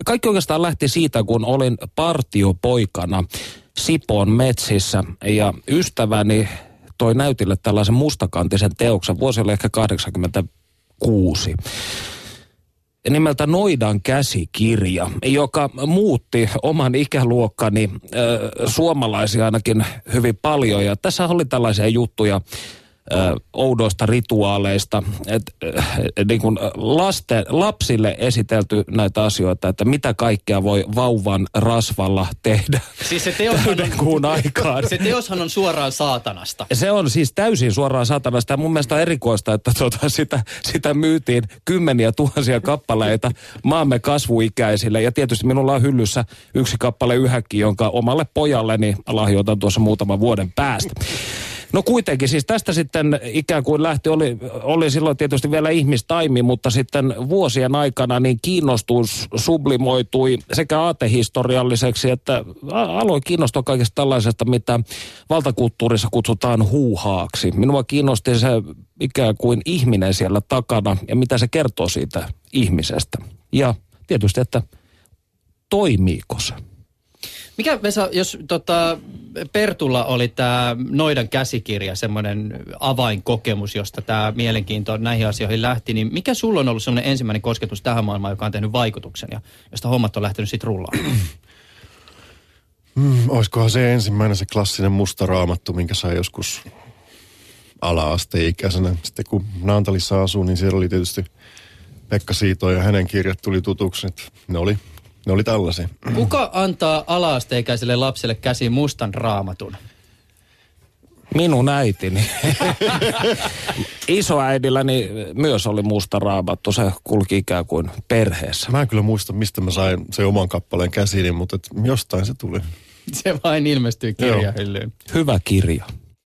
kaikki oikeastaan lähti siitä, kun olin partiopoikana Sipoon metsissä ja ystäväni toi näytille tällaisen mustakantisen teoksen. Vuosi oli ehkä 86. Nimeltä Noidan käsikirja, joka muutti oman ikäluokkani suomalaisia ainakin hyvin paljon. Ja tässä oli tällaisia juttuja oudoista rituaaleista, niin kuin lapsille esitelty näitä asioita, että mitä kaikkea voi vauvan rasvalla tehdä siis kuun aikaan. Se teoshan on suoraan saatanasta. Se on siis täysin suoraan saatanasta ja mun mielestä on erikoista, että sitä myytiin kymmeniä tuhansia kappaleita maamme kasvuikäisille ja tietysti minulla on hyllyssä yksi kappale yhäkin, jonka omalle pojalleni lahjoitan tuossa muutaman vuoden päästä. No kuitenkin, siis tästä sitten ikään kuin lähti, oli silloin tietysti vielä ihmistaimi, mutta sitten vuosien aikana niin kiinnostus sublimoitui sekä aatehistorialliseksi, että aloin kiinnostua kaikesta tällaisesta, mitä valtakulttuurissa kutsutaan huuhaaksi. Minua kiinnosti se ikään kuin ihminen siellä takana ja mitä se kertoo siitä ihmisestä. Ja tietysti, että toimiiko se? Mikä, Vesa, jos Pertulla oli tämä Noidan käsikirja, semmoinen avainkokemus, josta tämä mielenkiinto näihin asioihin lähti, niin mikä sulla on ollut semmoinen ensimmäinen kosketus tähän maailmaan, joka on tehnyt vaikutuksen ja josta hommat on lähtenyt sitten rullaan? Olisikohan se ensimmäinen se klassinen musta raamattu, minkä sai joskus ala-asteikäisenä. Sitten kun Naantalissa asuu, niin siellä oli tietysti Pekka Siito ja hänen kirjat tuli tutuksi, että ne oli tällaisia. Kuka antaa ala-asteikäiselle lapselle käsiin mustan raamatun? Minun äitini. Isoäidilläni myös oli musta raamattu. Se kulki ikään kuin perheessä. Mä en kyllä muista, mistä mä sain sen oman kappaleen käsiini, mutta jostain se tuli. Se vain ilmestyi kirjahyllyyn. Hyvä kirja.